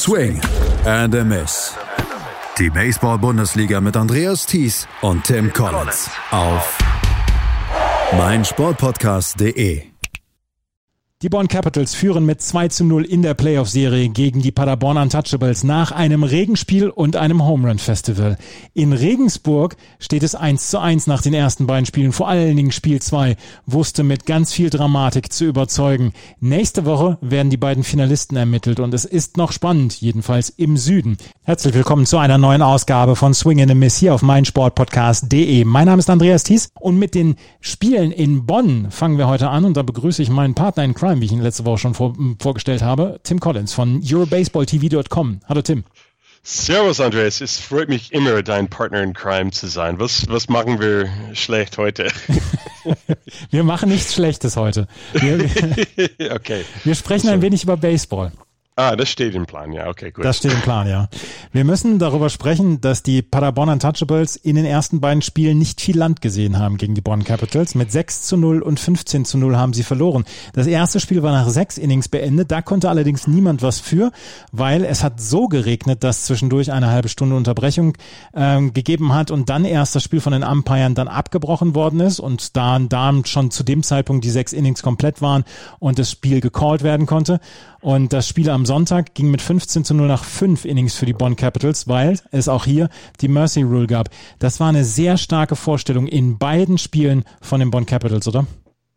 Swing and a Miss. Die Baseball-Bundesliga mit Andreas Thies und Tim Collins auf meinsportpodcast.de. Die Bonn Capitals führen mit 2:0 in der Playoff-Serie gegen die Paderborn Untouchables nach einem Regenspiel und einem Home-Run-Festival. In Regensburg steht es 1:1 nach den ersten beiden Spielen. Vor allen Dingen Spiel 2 wusste mit ganz viel Dramatik zu überzeugen. Nächste Woche werden die beiden Finalisten ermittelt und es ist noch spannend, jedenfalls im Süden. Herzlich willkommen zu einer neuen Ausgabe von Swing and a Miss hier auf meinsportpodcast.de. Mein Name ist Andreas Thies und mit den Spielen in Bonn fangen wir heute an und da begrüße ich meinen Partner in Crime, wie ich ihn letzte Woche schon vorgestellt habe, Tim Collins von EuroBaseballTV.com. Hallo Tim. Servus Andreas, es freut mich immer, dein Partner in Crime zu sein. Was machen wir schlecht heute? Wir machen nichts Schlechtes heute. Okay. Wir sprechen ein wenig über Baseball. Das steht im Plan, ja, okay, gut. Das steht im Plan, ja. Wir müssen darüber sprechen, dass die Paderborn Untouchables in den ersten beiden Spielen nicht viel Land gesehen haben gegen die Bonn Capitals. Mit 6:0 und 15:0 haben sie verloren. Das erste Spiel war nach 6 Innings beendet. Da konnte allerdings niemand was für, weil es hat so geregnet, dass zwischendurch eine halbe Stunde Unterbrechung gegeben hat und dann erst das Spiel von den Umpiren dann abgebrochen worden ist und da schon zu dem Zeitpunkt die 6 Innings komplett waren und das Spiel gecallt werden konnte. Und das Spiel am Sonntag ging mit 15:0 nach 5 Innings für die Bonn Capitals, weil es auch hier die Mercy Rule gab. Das war eine sehr starke Vorstellung in beiden Spielen von den Bonn Capitals, oder?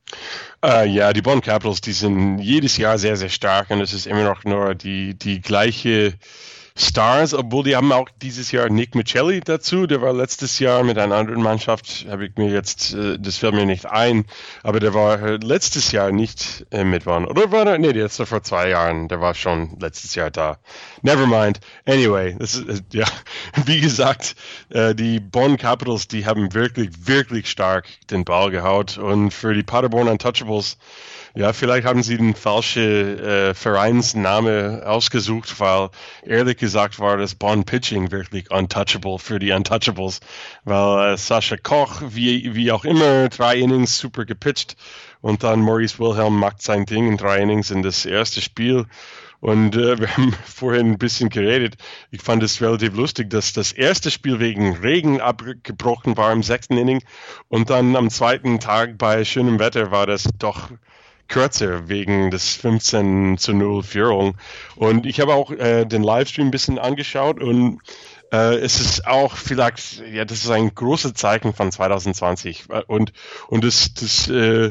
Ja, die Bonn Capitals, die sind jedes Jahr sehr, sehr stark und es ist immer noch nur die gleiche Stars, obwohl die haben auch dieses Jahr Nick Michelli dazu, der war letztes Jahr mit einer anderen Mannschaft, das fällt mir nicht ein, aber der war letztes Jahr nicht mit waren, oder war der? Nee, der ist vor 2 Jahren, der war schon letztes Jahr da. Never mind. Anyway, das ist, ja, wie gesagt, die Bonn Capitals, die haben wirklich, wirklich stark den Ball gehaut und für die Paderborn Untouchables, ja, vielleicht haben sie den falschen Vereinsname ausgesucht, weil ehrlich gesagt war das Bonn Pitching wirklich untouchable für die Untouchables, weil Sascha Koch, wie auch immer, 3 Innings super gepitcht und dann Maurice Wilhelm macht sein Ding in 3 Innings in das erste Spiel. Und wir haben vorhin ein bisschen geredet. Ich fand es relativ lustig, dass das erste Spiel wegen Regen abgebrochen war im 6. Inning und dann am zweiten Tag bei schönem Wetter war das doch kürzer wegen des 15:0 Führung. Und ich habe auch den Livestream ein bisschen angeschaut und es ist auch vielleicht, ja, das ist ein großes Zeichen von 2020 und das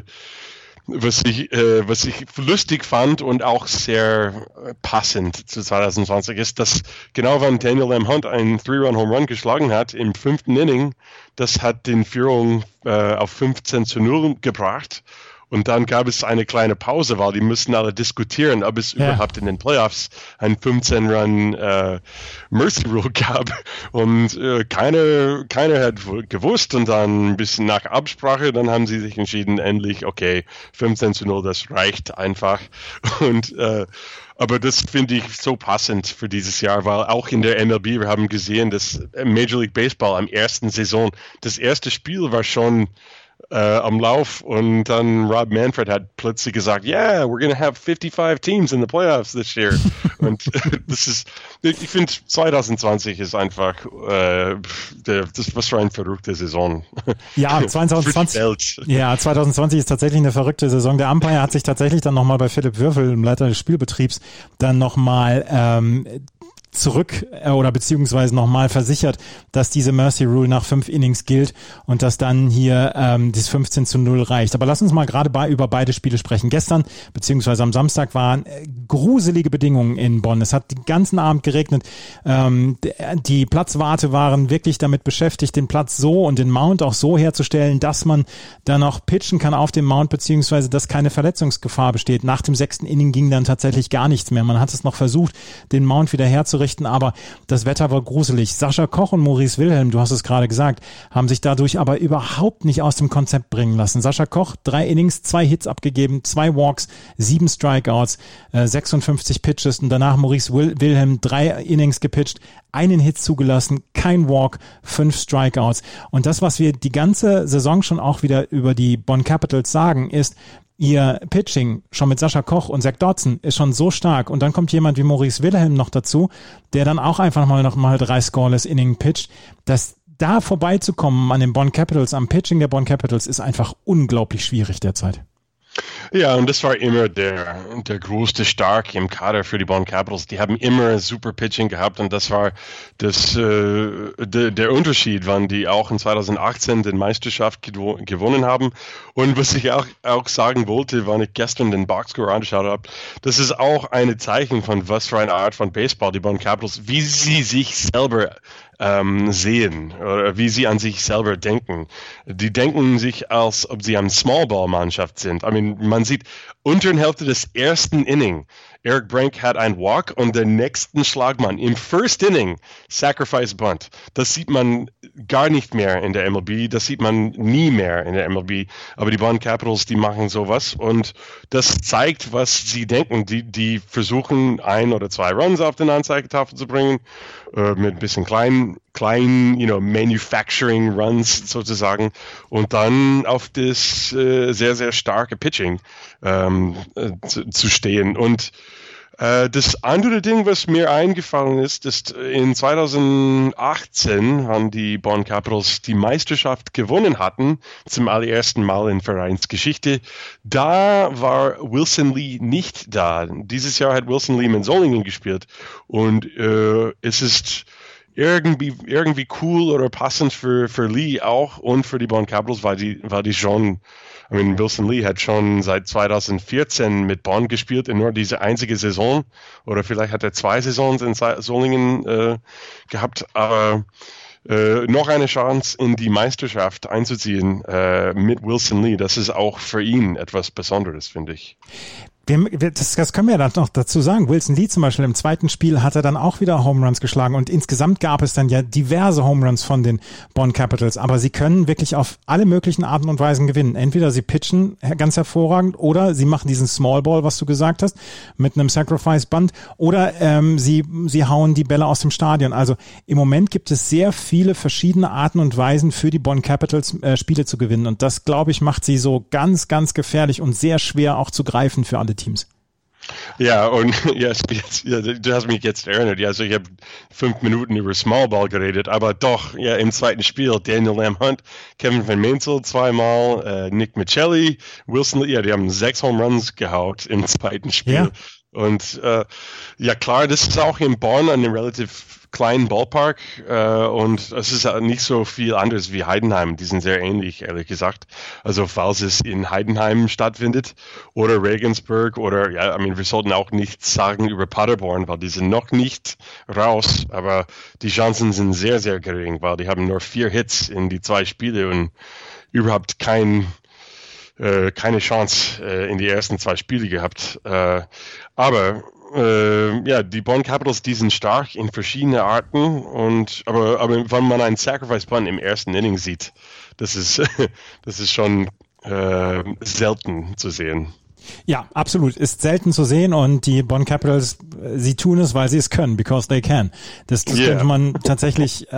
was ich lustig fand und auch sehr passend zu 2020 ist, dass genau wann Daniel M. Hunt einen 3-Run-Home-Run geschlagen hat im 5. Inning, das hat den Führung auf 15:0 gebracht. Und dann gab es eine kleine Pause, weil die müssen alle diskutieren, ob es überhaupt in den Playoffs ein 15-Run Mercy Rule gab. Und keiner hat gewusst. Und dann ein bisschen nach Absprache, dann haben sie sich entschieden, endlich, okay, 15:0, das reicht einfach. Und aber das finde ich so passend für dieses Jahr, weil auch in der MLB, wir haben gesehen, dass Major League Baseball am ersten Saison, das erste Spiel war schon am Lauf und dann Rob Manfred hat plötzlich gesagt, yeah, we're going to have 55 teams in the playoffs this year. Und ich finde 2020 ist einfach, das was für eine verrückte Saison. Ja, 2020 ist tatsächlich eine verrückte Saison. Der Umpire hat sich tatsächlich dann nochmal bei Philipp Würfel, dem Leiter des Spielbetriebs, dann nochmal zurück oder beziehungsweise nochmal versichert, dass diese Mercy Rule nach 5 Innings gilt und dass dann hier das 15:0 reicht. Aber lass uns mal gerade über beide Spiele sprechen. Gestern beziehungsweise am Samstag waren gruselige Bedingungen in Bonn. Es hat den ganzen Abend geregnet. Die Platzwarte waren wirklich damit beschäftigt, den Platz so und den Mount auch so herzustellen, dass man dann auch pitchen kann auf dem Mount beziehungsweise dass keine Verletzungsgefahr besteht. Nach dem 6. Inning ging dann tatsächlich gar nichts mehr. Man hat es noch versucht, den Mount wieder herzurichten, aber das Wetter war gruselig. Sascha Koch und Maurice Wilhelm, du hast es gerade gesagt, haben sich dadurch aber überhaupt nicht aus dem Konzept bringen lassen. Sascha Koch, 3 Innings, 2 Hits abgegeben, 2 Walks, 7 Strikeouts, 56 Pitches und danach Maurice Wilhelm 3 Innings gepitcht, einen Hit zugelassen, kein Walk, 5 Strikeouts. Und das, was wir die ganze Saison schon auch wieder über die Bonn Capitals sagen, ist, ihr Pitching schon mit Sascha Koch und Zach Dodson ist schon so stark und dann kommt jemand wie Maurice Wilhelm noch dazu, der dann auch einfach noch mal 3 scoreless Inning pitcht, dass da vorbeizukommen an den Bonn Capitals, am Pitching der Bonn Capitals ist einfach unglaublich schwierig derzeit. Ja, und das war immer der größte Stark im Kader für die Bonn Capitals. Die haben immer super Pitching gehabt und das war der Unterschied, wann die auch in 2018 den Meisterschaft gewonnen haben. Und was ich auch sagen wollte, wann ich gestern den Boxscore angeschaut habe, das ist auch ein Zeichen von was für eine Art von Baseball die Bonn Capitals, wie sie sich selber sehen oder wie sie an sich selber denken. Die denken sich, als ob sie eine Smallball-Mannschaft sind. I mean, man sieht unter der Hälfte des ersten Inning, Eric Brank hat einen Walk und der nächsten Schlagmann im First Inning Sacrifice Bunt. Das sieht man gar nicht mehr in der MLB, das sieht man nie mehr in der MLB. Aber die Bonn Capitals, die machen sowas und das zeigt, was sie denken. Die versuchen 1 oder 2 Runs auf den Anzeigetafel zu bringen, mit ein bisschen kleinen Manufacturing Runs sozusagen und dann auf das sehr, sehr starke Pitching zu stehen. Und das andere Ding, was mir eingefallen ist in 2018, wann die Bonn Capitals die Meisterschaft gewonnen hatten, zum allerersten Mal in Vereinsgeschichte, da war Wilson Lee nicht da. Dieses Jahr hat Wilson Lee mit Solingen gespielt und es ist irgendwie cool oder passend für Lee auch und für die Bonn Capitals, weil die schon, Wilson Lee hat schon seit 2014 mit Bonn gespielt in nur diese einzige Saison oder vielleicht hat er 2 Saisons in Solingen gehabt, aber noch eine Chance in die Meisterschaft einzuziehen mit Wilson Lee, das ist auch für ihn etwas Besonderes, finde ich. Das können wir ja dann noch dazu sagen. Wilson Lee zum Beispiel im zweiten Spiel hat er dann auch wieder Home Runs geschlagen und insgesamt gab es dann ja diverse Home Runs von den Bonn Capitals, aber sie können wirklich auf alle möglichen Arten und Weisen gewinnen. Entweder sie pitchen ganz hervorragend oder sie machen diesen Small Ball, was du gesagt hast, mit einem Sacrifice Bunt oder sie hauen die Bälle aus dem Stadion. Also im Moment gibt es sehr viele verschiedene Arten und Weisen für die Bonn Capitals Spiele zu gewinnen und das, glaube ich, macht sie so ganz, ganz gefährlich und sehr schwer auch zu greifen für alle Teams. Ja, und du hast mich jetzt erinnert. Also ich habe 5 Minuten über Small Ball geredet, aber doch, ja, im zweiten Spiel Daniel Lamb Hunt, Kevin Van Mensel 2-mal, Nick Michelli, Wilson Lee, die haben 6 Home Runs gehaut im zweiten Spiel. Ja. Und ja klar, das ist auch in Bonn an einem relativ kleinen Ballpark und es ist nicht so viel anders wie Heidenheim. Die sind sehr ähnlich, ehrlich gesagt. Also falls es in Heidenheim stattfindet oder Regensburg oder wir sollten auch nichts sagen über Paderborn, weil die sind noch nicht raus, aber die Chancen sind sehr, sehr gering, weil die haben nur 4 Hits in die 2 Spiele und überhaupt keine Chance in die ersten 2 Spiele gehabt. Aber die Bonn Capitals, die sind stark in verschiedene Arten aber wenn man einen Sacrifice Bunt im ersten Inning sieht, das ist schon selten zu sehen. Ja, absolut. Ist selten zu sehen und die Bonn Capitals, sie tun es, weil sie es können, because they can. Das könnte man tatsächlich,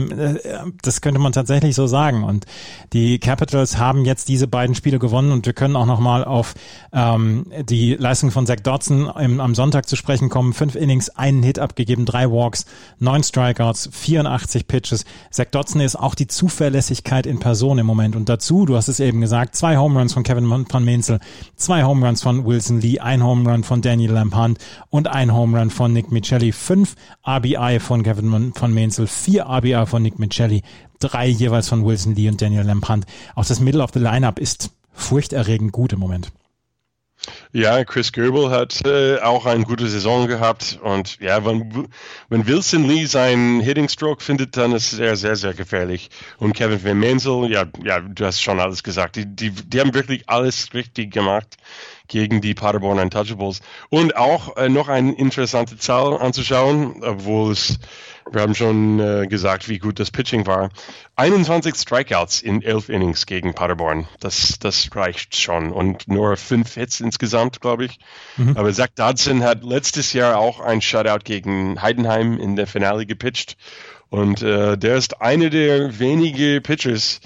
so sagen. Und die Capitals haben jetzt diese beiden Spiele gewonnen und wir können auch nochmal auf die Leistung von Zach Dodson am Sonntag zu sprechen kommen. 5 Innings, 1 Hit abgegeben, 3 Walks, 9 Strikeouts, 84 Pitches. Zach Dodson ist auch die Zuverlässigkeit in Person im Moment. Und dazu, du hast es eben gesagt, 2 Home Runs von Kevin Van Mensel, 2 Home Runs von Wilson Lee, 1 Home Run von Daniel Lamb Hunt und 1 Home Run von Nick Michelli, 5 RBI von Kevin Van Mensel, 4 RBI von Nick Michelli, 3 jeweils von Wilson Lee und Daniel Lamb Hunt. Auch das Middle of the Lineup ist furchterregend gut im Moment. Ja, Chris Goebel hat auch eine gute Saison gehabt und ja, wenn Wilson Lee seinen Hitting Stroke findet, dann ist er sehr, sehr gefährlich. Und Kevin Van Mensel, ja, du hast schon alles gesagt, die haben wirklich alles richtig gemacht gegen die Paderborn Untouchables. Und auch noch eine interessante Zahl anzuschauen, obwohl wir haben schon gesagt, wie gut das Pitching war. 21 Strikeouts in 11 Innings gegen Paderborn. Das reicht schon. Und nur 5 Hits insgesamt, glaube ich. Mhm. Aber Zach Dodson hat letztes Jahr auch ein Shutout gegen Heidenheim in der Finale gepitcht. Und der ist einer der wenigen Pitchers,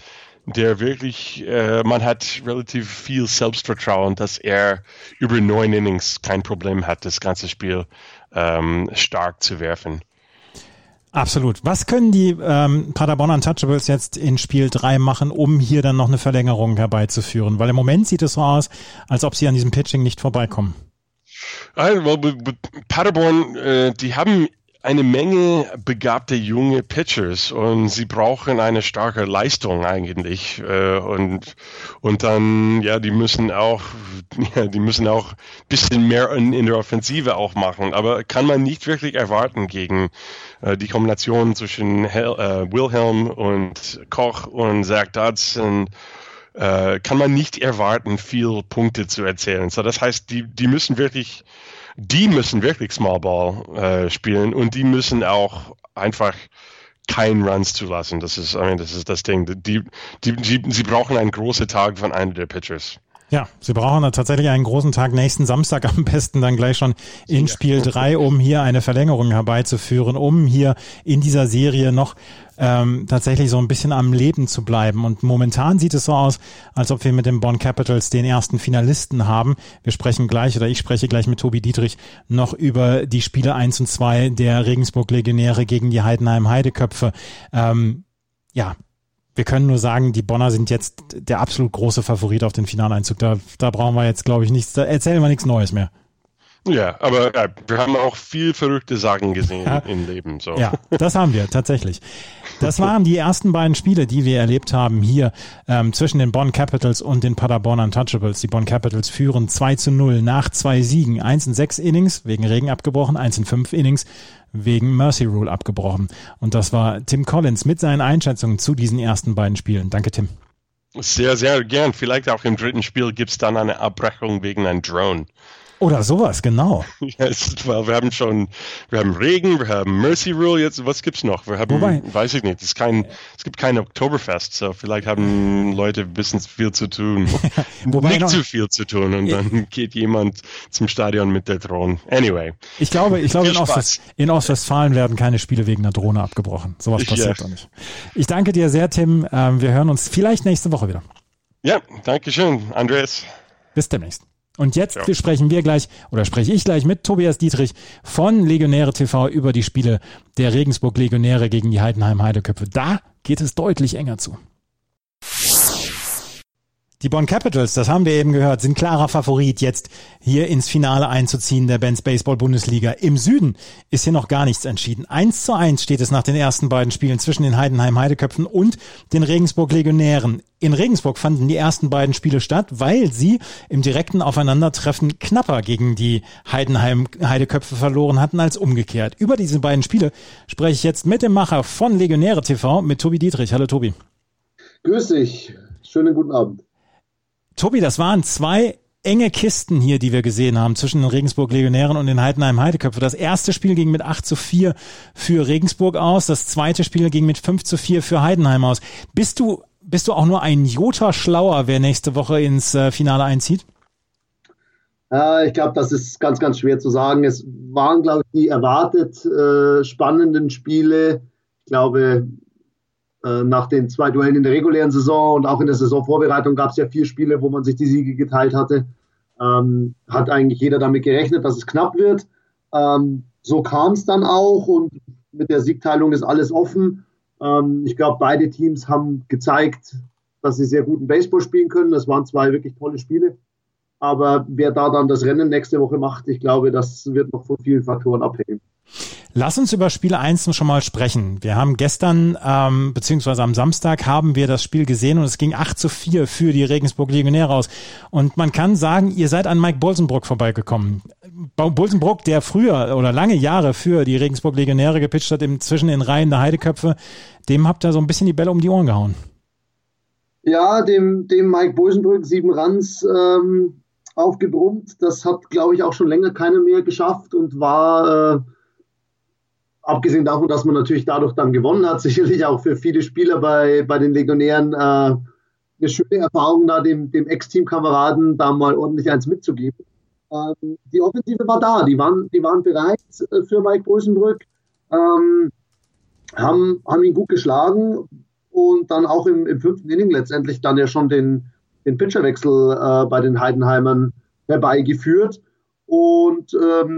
der wirklich, man hat relativ viel Selbstvertrauen, dass er über 9 Innings kein Problem hat, das ganze Spiel stark zu werfen. Absolut. Was können die Paderborn Untouchables jetzt in Spiel 3 machen, um hier dann noch eine Verlängerung herbeizuführen? Weil im Moment sieht es so aus, als ob sie an diesem Pitching nicht vorbeikommen. Also, Paderborn, die haben eine Menge begabte junge Pitchers und sie brauchen eine starke Leistung eigentlich und dann die müssen auch ein bisschen mehr in der Offensive auch machen, aber kann man nicht wirklich erwarten gegen die Kombination zwischen Wilhelm und Koch und Zach Dodson. Kann man nicht erwarten, viel Punkte zu erzielen. So, das heißt, die müssen wirklich Small Ball spielen und die müssen auch einfach keinen Runs zulassen. Das ist das Ding. Sie brauchen einen großen Tag von einem der Pitchers. Ja, sie brauchen tatsächlich einen großen Tag nächsten Samstag am besten dann gleich schon in Spiel 3, um hier eine Verlängerung herbeizuführen, um hier in dieser Serie noch tatsächlich so ein bisschen am Leben zu bleiben. Und momentan sieht es so aus, als ob wir mit den Bonn Capitals den ersten Finalisten haben. Ich spreche gleich mit Tobi Dietrich noch über die Spiele 1 und 2 der Regensburg Legionäre gegen die Heidenheim Heideköpfe. Wir können nur sagen, die Bonner sind jetzt der absolut große Favorit auf den Finaleinzug. Da brauchen wir jetzt, glaube ich, nichts, da erzählen wir nichts Neues mehr. Ja, aber wir haben auch viel verrückte Sachen gesehen im Leben. So. Ja, das haben wir tatsächlich. Das waren die ersten beiden Spiele, die wir erlebt haben hier zwischen den Bonn Capitals und den Paderborn Untouchables. Die Bonn Capitals führen 2-0 nach 2 Siegen. 1 in 6 Innings wegen Regen abgebrochen, 1 in 5 Innings wegen Mercy Rule abgebrochen. Und das war Tim Collins mit seinen Einschätzungen zu diesen ersten beiden Spielen. Danke, Tim. Sehr, sehr gern. Vielleicht auch im dritten Spiel gibt es dann eine Abbrechung wegen einem Drone. Oder sowas, genau. Yes, well, wir haben Regen, wir haben Mercy Rule, jetzt, was gibt's noch? Wir haben, weiß ich nicht, es gibt kein Oktoberfest, so vielleicht haben Leute ein bisschen viel zu tun. Nicht zu viel zu tun und dann geht jemand zum Stadion mit der Drohne. Anyway. Ich glaube in Ostwestfalen werden keine Spiele wegen einer Drohne abgebrochen. Sowas passiert doch nicht. Ich danke dir sehr, Tim. Wir hören uns vielleicht nächste Woche wieder. Ja, danke schön, Andreas. Bis demnächst. Und jetzt spreche ich gleich mit Tobias Dietrich von Legionäre TV über die Spiele der Regensburg Legionäre gegen die Heidenheim Heideköpfe. Da geht es deutlich enger zu. Die Bonn Capitals, das haben wir eben gehört, sind klarer Favorit, jetzt hier ins Finale einzuziehen der Benz Baseball Bundesliga. Im Süden ist hier noch gar nichts entschieden. 1:1 steht es nach den ersten beiden Spielen zwischen den Heidenheim Heideköpfen und den Regensburg Legionären. In Regensburg fanden die ersten beiden Spiele statt, weil sie im direkten Aufeinandertreffen knapper gegen die Heidenheim Heideköpfe verloren hatten als umgekehrt. Über diese beiden Spiele spreche ich jetzt mit dem Macher von Legionäre TV, mit Tobi Dietrich. Hallo Tobi. Grüß dich. Schönen guten Abend. Tobi, das waren 2 enge Kisten hier, die wir gesehen haben zwischen den Regensburg Legionären und den Heidenheim Heideköpfe. Das erste Spiel ging mit 8:4 für Regensburg aus, das zweite Spiel ging mit 5:4 für Heidenheim aus. Bist du auch nur ein Jota schlauer, wer nächste Woche ins Finale einzieht? Ich glaube, das ist ganz, ganz schwer zu sagen. Es waren, glaube ich, die erwartet spannenden Spiele. Ich glaube, nach den 2 Duellen in der regulären Saison und auch in der Saisonvorbereitung gab es ja 4 Spiele, wo man sich die Siege geteilt hatte. Hat eigentlich jeder damit gerechnet, dass es knapp wird. So kam es dann auch und mit der Siegteilung ist alles offen. Ich glaube, beide Teams haben gezeigt, dass sie sehr guten Baseball spielen können. Das waren 2 wirklich tolle Spiele. Aber wer da dann das Rennen nächste Woche macht, ich glaube, das wird noch von vielen Faktoren abhängen. Lass uns über Spiel 1 schon mal sprechen. Wir haben gestern, beziehungsweise am Samstag, haben wir das Spiel gesehen und es ging 8:4 für die Regensburg Legionäre aus. Und man kann sagen, ihr seid an Mike Bolsenbrock vorbeigekommen. Bolsenbrock, der früher oder lange Jahre für die Regensburg Legionäre gepitcht hat, zwischen den Reihen der Heideköpfe, dem habt ihr so ein bisschen die Bälle um die Ohren gehauen. Ja, dem Mike Bolsenbrock 7 Runs aufgebrummt. Das hat, glaube ich, auch schon länger keiner mehr geschafft und war... abgesehen davon, dass man natürlich dadurch dann gewonnen hat, sicherlich auch für viele Spieler bei den Legionären eine schöne Erfahrung, da dem Ex-Teamkameraden da mal ordentlich eins mitzugeben. Die Offensive war da, die waren bereit für Mike Bolsenbrück, haben ihn gut geschlagen und dann auch im 5. Inning letztendlich dann ja schon den Pitcherwechsel bei den Heidenheimern herbeigeführt. Und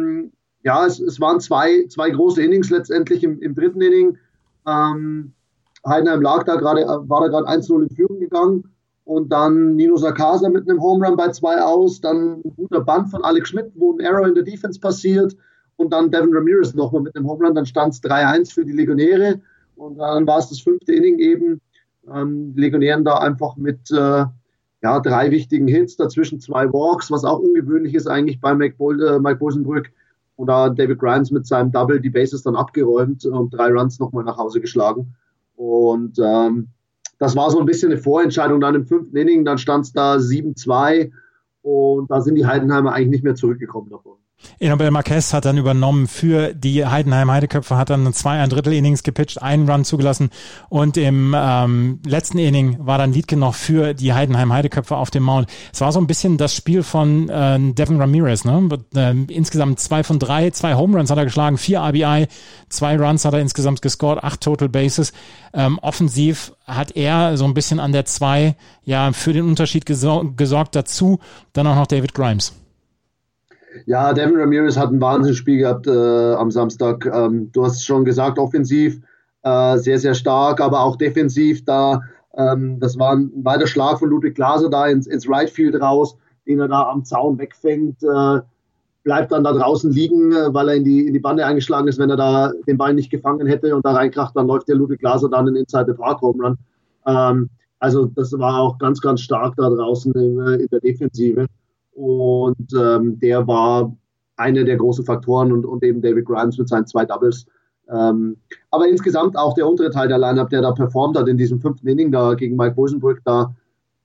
es waren zwei große Innings letztendlich im 3. Inning. Heidenheim war da gerade 1-0 in Führung gegangen. Und dann Nino Sakasa mit einem Home Run bei 2 aus, dann ein guter Bunt von Alex Schmidt, wo ein Error in der Defense passiert, und dann Devin Ramirez nochmal mit einem Home Run, dann stand es 3-1 für die Legionäre, und dann war es das 5. Inning eben. Die Legionären da einfach mit 3 wichtigen Hits, dazwischen 2 Walks, was auch ungewöhnlich ist eigentlich bei Mike Bosenbrück, und da David Grimes mit seinem Double die Bases dann abgeräumt und 3 Runs nochmal nach Hause geschlagen. Und das war so ein bisschen eine Vorentscheidung dann im 5. Inning, dann stand es da 7-2, und da sind die Heidenheimer eigentlich nicht mehr zurückgekommen davon. Enobel Marquez hat dann übernommen für die Heidenheim Heideköpfe, hat dann 2,25 Innings gepitcht, einen Run zugelassen, und im letzten Inning war dann Liedtke noch für die Heidenheim Heideköpfe auf dem Mound. Es war so ein bisschen das Spiel von Devin Ramirez, ne? Insgesamt 2 von 3, 2 Home Runs hat er geschlagen, 4 RBI, 2 Runs hat er insgesamt gescored, 8 Total Bases. Offensiv hat er so ein bisschen an der 2 für den Unterschied gesorgt, dazu dann auch noch David Grimes. Ja, Devin Ramirez hat ein Wahnsinnsspiel gehabt am Samstag. Du hast es schon gesagt, offensiv sehr, sehr stark, aber auch defensiv da. Das war ein weiter Schlag von Ludwig Glaser da ins Right Field raus, den er da am Zaun wegfängt. Bleibt dann da draußen liegen, weil er in die Bande eingeschlagen ist. Wenn er da den Ball nicht gefangen hätte und da reinkracht, dann läuft der Ludwig Glaser dann in Inside the Park Home Run. Also das war auch ganz, ganz stark da draußen in der Defensive. Und der war einer der großen Faktoren, und eben David Grimes mit seinen 2 Doubles. Aber insgesamt auch der untere Teil der Lineup, der da performt hat in diesem 5. Inning da gegen Mike Bosenbrück, da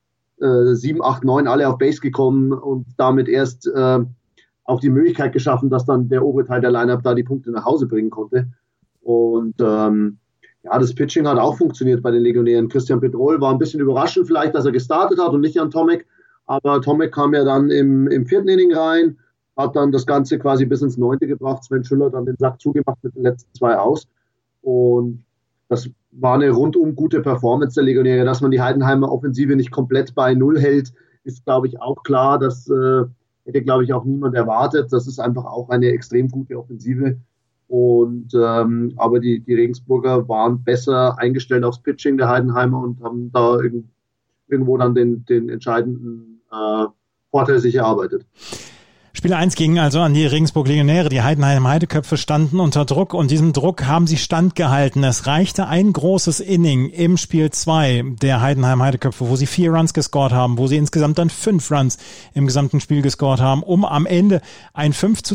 7, 8, 9 alle auf Base gekommen und damit erst auch die Möglichkeit geschaffen, dass dann der obere Teil der Lineup da die Punkte nach Hause bringen konnte. Und das Pitching hat auch funktioniert bei den Legionären. Christian Petrol war ein bisschen überraschend vielleicht, dass er gestartet hat und nicht Jan Tomek. Aber Tomek kam ja dann im 4. Inning rein, hat dann das Ganze quasi bis ins 9. gebracht. Sven Schüller dann den Sack zugemacht mit den letzten 2 aus. Und das war eine rundum gute Performance der Legionäre. Dass man die Heidenheimer Offensive nicht komplett bei 0 hält, ist, glaube ich, auch klar. Das hätte, glaube ich, auch niemand erwartet. Das ist einfach auch eine extrem gute Offensive. Und aber die Regensburger waren besser eingestellt aufs Pitching der Heidenheimer und haben da irgendwo dann den entscheidenden Vorteil sich erarbeitet. Spiel 1 ging also an die Regensburg Legionäre. Die Heidenheim Heideköpfe standen unter Druck, und diesem Druck haben sie standgehalten. Es reichte ein großes Inning im Spiel 2 der Heidenheim Heideköpfe, wo sie 4 Runs gescored haben, wo sie insgesamt dann 5 Runs im gesamten Spiel gescored haben, um am Ende ein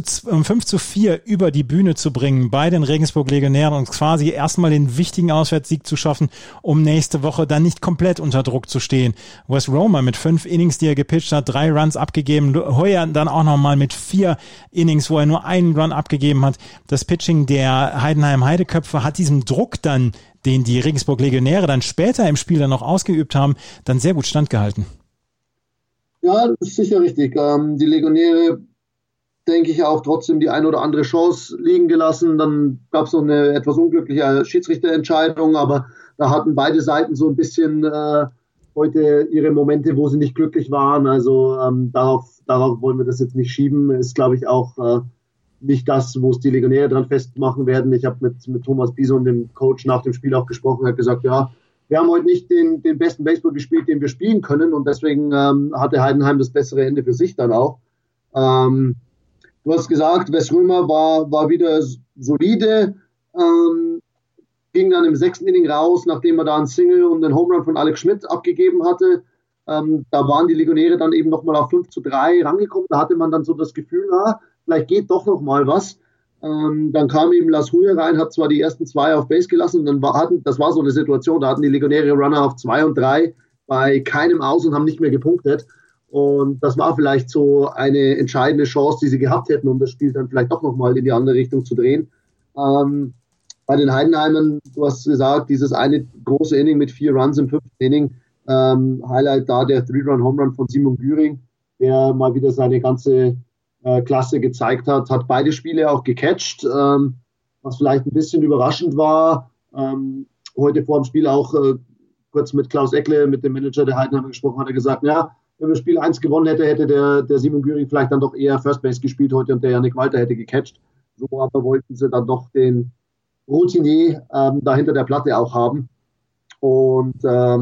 5-4 über die Bühne zu bringen bei den Regensburg Legionären und quasi erstmal den wichtigen Auswärtssieg zu schaffen, um nächste Woche dann nicht komplett unter Druck zu stehen. Wes Romer mit 5 Innings, die er gepitcht hat, 3 Runs abgegeben, Heuer dann auch noch mal mit 4 Innings, wo er nur einen Run abgegeben hat. Das Pitching der Heidenheim Heideköpfe hat diesem Druck dann, den die Regensburg Legionäre dann später im Spiel dann noch ausgeübt haben, dann sehr gut standgehalten. Ja, das ist sicher richtig. Die Legionäre, denke ich, auch trotzdem die ein oder andere Chance liegen gelassen. Dann gab es noch eine etwas unglückliche Schiedsrichterentscheidung, aber da hatten beide Seiten so ein bisschen heute ihre Momente, wo sie nicht glücklich waren. Also darauf wollen wir das jetzt nicht schieben. Ist, glaube ich, auch nicht das, wo es die Legionäre dran festmachen werden. Ich habe mit Thomas Bison, dem Coach, nach dem Spiel auch gesprochen, hat gesagt, ja, wir haben heute nicht den besten Baseball gespielt, den wir spielen können, und deswegen hatte Heidenheim das bessere Ende für sich dann auch. Du hast gesagt, Wes Römer war wieder solide, ging dann im 6. Inning raus, nachdem er da einen Single und einen Home Run von Alex Schmidt abgegeben hatte. Da waren die Legionäre dann eben nochmal auf 5-3 rangekommen. Da hatte man dann so das Gefühl, vielleicht geht doch noch mal was. Dann kam eben Lars Huyer rein, hat zwar die ersten 2 auf Base gelassen, und dann das war so eine Situation, da hatten die Legionäre Runner auf 2 und 3 bei keinem aus und haben nicht mehr gepunktet. Und das war vielleicht so eine entscheidende Chance, die sie gehabt hätten, um das Spiel dann vielleicht doch nochmal in die andere Richtung zu drehen. Bei den Heidenheimern, du hast gesagt, dieses eine große Inning mit 4 Runs im 5. Inning, Highlight da der 3-Run-Home-Run von Simon Güring, der mal wieder seine ganze Klasse gezeigt hat beide Spiele auch gecatcht, was vielleicht ein bisschen überraschend war. Heute vor dem Spiel auch kurz mit Klaus Eckle, mit dem Manager der Heidenheimer gesprochen, hat er gesagt, ja, wenn wir Spiel 1 gewonnen hätte der Simon Güring vielleicht dann doch eher First Base gespielt heute und der Yannick Walter hätte gecatcht. So aber wollten sie dann doch den Routinier da hinter der Platte auch haben. Und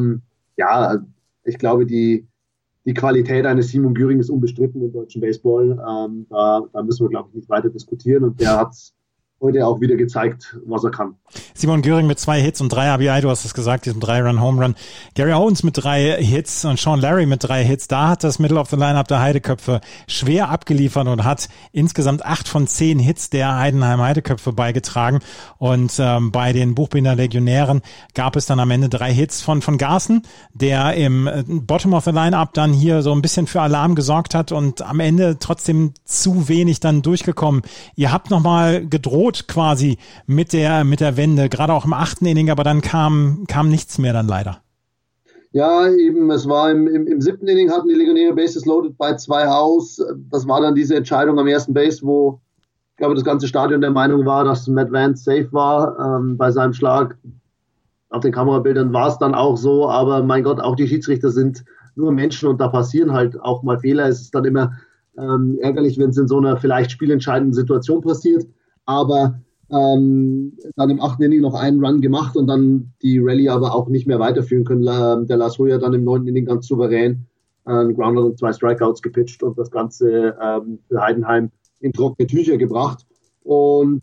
ich glaube, die Qualität eines Simon Güring ist unbestritten im deutschen Baseball. Da müssen wir, glaube ich, nicht weiter diskutieren. Und der hat heute auch wieder gezeigt, was er kann. Simon Güring mit 2 Hits und 3 RBI, du hast es gesagt, diesem 3-Run-Home-Run. Gary Owens mit 3 Hits und Sean Larry mit 3 Hits. Da hat das Middle of the Lineup der Heideköpfe schwer abgeliefert und hat insgesamt 8 von 10 Hits der Heidenheim Heideköpfe beigetragen. Und bei den Buchbinder Legionären gab es dann am Ende 3 Hits von Garson, der im Bottom of the Lineup dann hier so ein bisschen für Alarm gesorgt hat und am Ende trotzdem zu wenig dann durchgekommen. Ihr habt nochmal gedroht quasi mit der Wende, gerade auch im 8. Inning, aber dann kam nichts mehr dann leider. Ja, eben, es war im 7. Inning hatten die Legionäre Bases loaded bei 2 aus. Das war dann diese Entscheidung am ersten Base, wo ich glaube, das ganze Stadion der Meinung war, dass Matt Vance safe war bei seinem Schlag. Auf den Kamerabildern war es dann auch so, aber mein Gott, auch die Schiedsrichter sind nur Menschen und da passieren halt auch mal Fehler. Es ist dann immer ärgerlich, wenn es in so einer vielleicht spielentscheidenden Situation passiert. Aber dann im 8. Inning noch einen Run gemacht und dann die Rallye aber auch nicht mehr weiterführen können. Der Lars Hoyer dann im 9. Inning ganz souverän einen Grounder und 2 Strikeouts gepitcht und das Ganze für Heidenheim in trockene Tücher gebracht. Und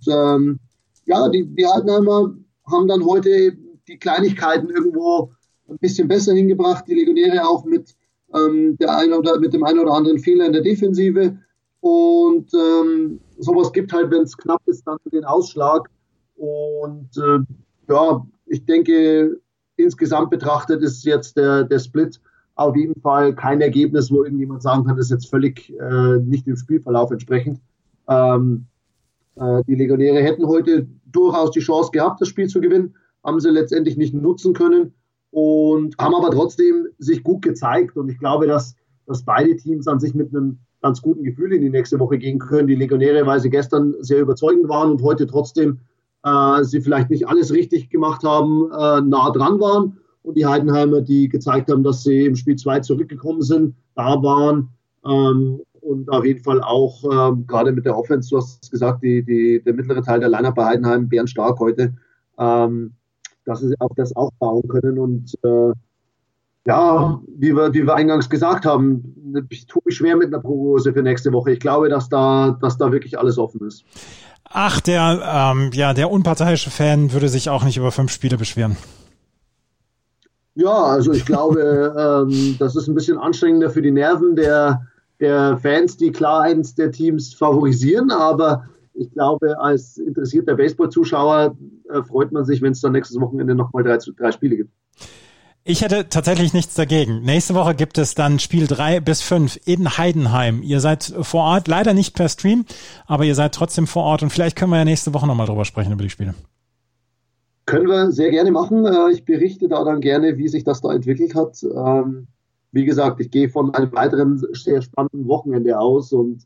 die Heidenheimer haben dann heute die Kleinigkeiten irgendwo ein bisschen besser hingebracht. Die Legionäre auch mit dem einen oder anderen Fehler in der Defensive. Und sowas gibt halt, wenn es knapp ist, dann den Ausschlag. Und ich denke, insgesamt betrachtet ist jetzt der Split auf jeden Fall kein Ergebnis, wo irgendjemand sagen kann, das ist jetzt völlig nicht dem Spielverlauf entsprechend. Die Legionäre hätten heute durchaus die Chance gehabt, das Spiel zu gewinnen, haben sie letztendlich nicht nutzen können und haben aber trotzdem sich gut gezeigt. Und ich glaube, dass beide Teams an sich mit einem ganz guten Gefühl in die nächste Woche gehen können. Die Legionäre, weil sie gestern sehr überzeugend waren und heute trotzdem sie vielleicht nicht alles richtig gemacht haben, nah dran waren. Und die Heidenheimer, die gezeigt haben, dass sie im Spiel 2 zurückgekommen sind, da waren und auf jeden Fall auch gerade mit der Offense, du hast es gesagt, der mittlere Teil der Lineup bei Heidenheim bärenstark heute, dass sie auch das aufbauen können und wie wir eingangs gesagt haben, ich tue mich schwer mit einer Prognose für nächste Woche. Ich glaube, dass da wirklich alles offen ist. Ach, der unparteiische Fan würde sich auch nicht über 5 Spiele beschweren. Ja, also ich glaube, das ist ein bisschen anstrengender für die Nerven der Fans, die klar eins der Teams favorisieren, aber ich glaube, als interessierter Baseball-Zuschauer freut man sich, wenn es dann nächstes Wochenende nochmal 3 Spiele gibt. Ich hätte tatsächlich nichts dagegen. Nächste Woche gibt es dann Spiel 3 bis 5 in Heidenheim. Ihr seid vor Ort, leider nicht per Stream, aber ihr seid trotzdem vor Ort und vielleicht können wir ja nächste Woche nochmal drüber sprechen, über die Spiele. Können wir sehr gerne machen. Ich berichte da dann gerne, wie sich das da entwickelt hat. Wie gesagt, ich gehe von einem weiteren sehr spannenden Wochenende aus und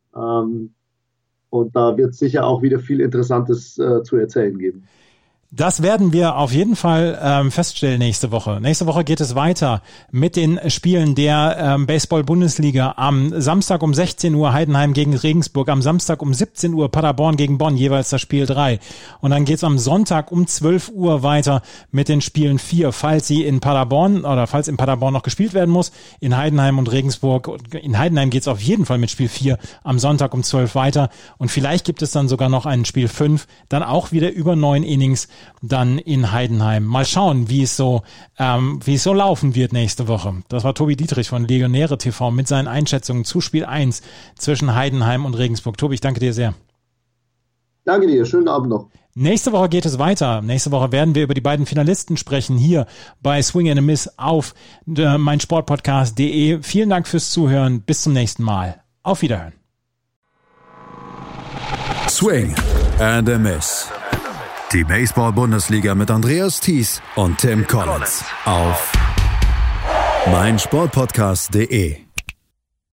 da wird es sicher auch wieder viel Interessantes zu erzählen geben. Das werden wir auf jeden Fall feststellen nächste Woche. Nächste Woche geht es weiter mit den Spielen der Baseball-Bundesliga. Am Samstag um 16 Uhr Heidenheim gegen Regensburg, am Samstag um 17 Uhr Paderborn gegen Bonn, jeweils das Spiel 3. Und dann geht es am Sonntag um 12 Uhr weiter mit den Spielen 4, falls in Paderborn noch gespielt werden muss, in Heidenheim und Regensburg. In Heidenheim geht es auf jeden Fall mit Spiel 4 am Sonntag um 12 weiter. Und vielleicht gibt es dann sogar noch ein Spiel 5, dann auch wieder über 9 Innings, dann in Heidenheim. Mal schauen, wie es so laufen wird nächste Woche. Das war Tobi Dietrich von Legionäre TV mit seinen Einschätzungen zu Spiel 1 zwischen Heidenheim und Regensburg. Tobi, ich danke dir sehr. Danke dir, schönen Abend noch. Nächste Woche geht es weiter. Nächste Woche werden wir über die beiden Finalisten sprechen, hier bei Swing and a Miss auf meinsportpodcast.de. Vielen Dank fürs Zuhören. Bis zum nächsten Mal. Auf Wiederhören. Swing and a Miss. Die Baseball-Bundesliga mit Andreas Thies und Tim Collins auf meinsportpodcast.de.